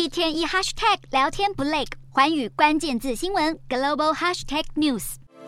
一天一 hashtag 聊天不累，寰宇关键字新闻 global hashtag news。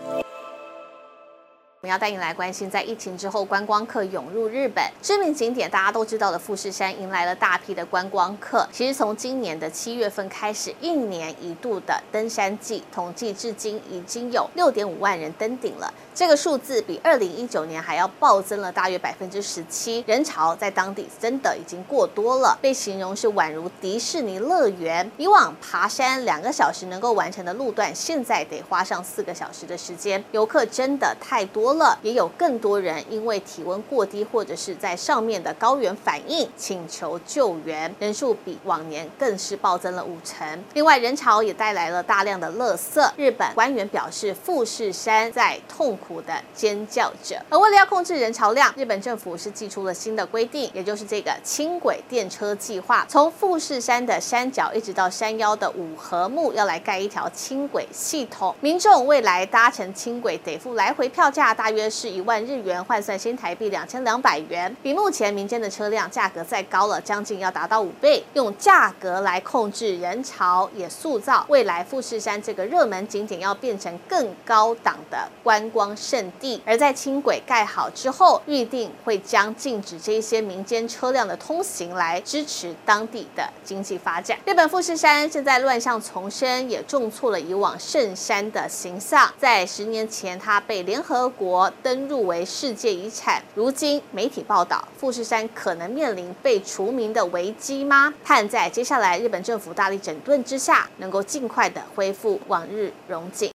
我们要带你来关心，在疫情之后，观光客涌入日本，知名景点大家都知道的富士山迎来了大批的观光客。其实从今年的7月份开始，一年一度的登山季，统计至今已经有6.5万人登顶了。这个数字比2019年还要暴增了大约17%，人潮在当地真的已经过多了，被形容是宛如迪士尼乐园。以往爬山2个小时能够完成的路段，现在得花上4个小时的时间，游客真的太多了，也有更多人因为体温过低或者是在上面的高原反应，请求救援，人数比往年更是暴增了50%。另外，人潮也带来了大量的垃圾。日本官员表示，富士山在痛苦的尖叫着。而为了要控制人潮量，日本政府是祭出了新的规定，也就是这个轻轨电车计划，从富士山的山脚一直到山腰的五合目，要来盖一条轻轨系统。民众未来搭乘轻轨得付来回票价大约是1万日元，换算新台币2200元，比目前民间的车辆价格再高了将近要达到5倍。用价格来控制人潮，也塑造未来富士山这个热门景点要变成更高档的观光胜地。而在轻轨盖好之后，预定会将禁止这些民间车辆的通行，来支持当地的经济发展。日本富士山现在乱象丛生，也重挫了以往圣山的形象。在10年前，它被联合国登入为世界遗产。如今媒体报道，富士山可能面临被除名的危机吗？盼在接下来日本政府大力整顿之下，能够尽快的恢复往日荣景。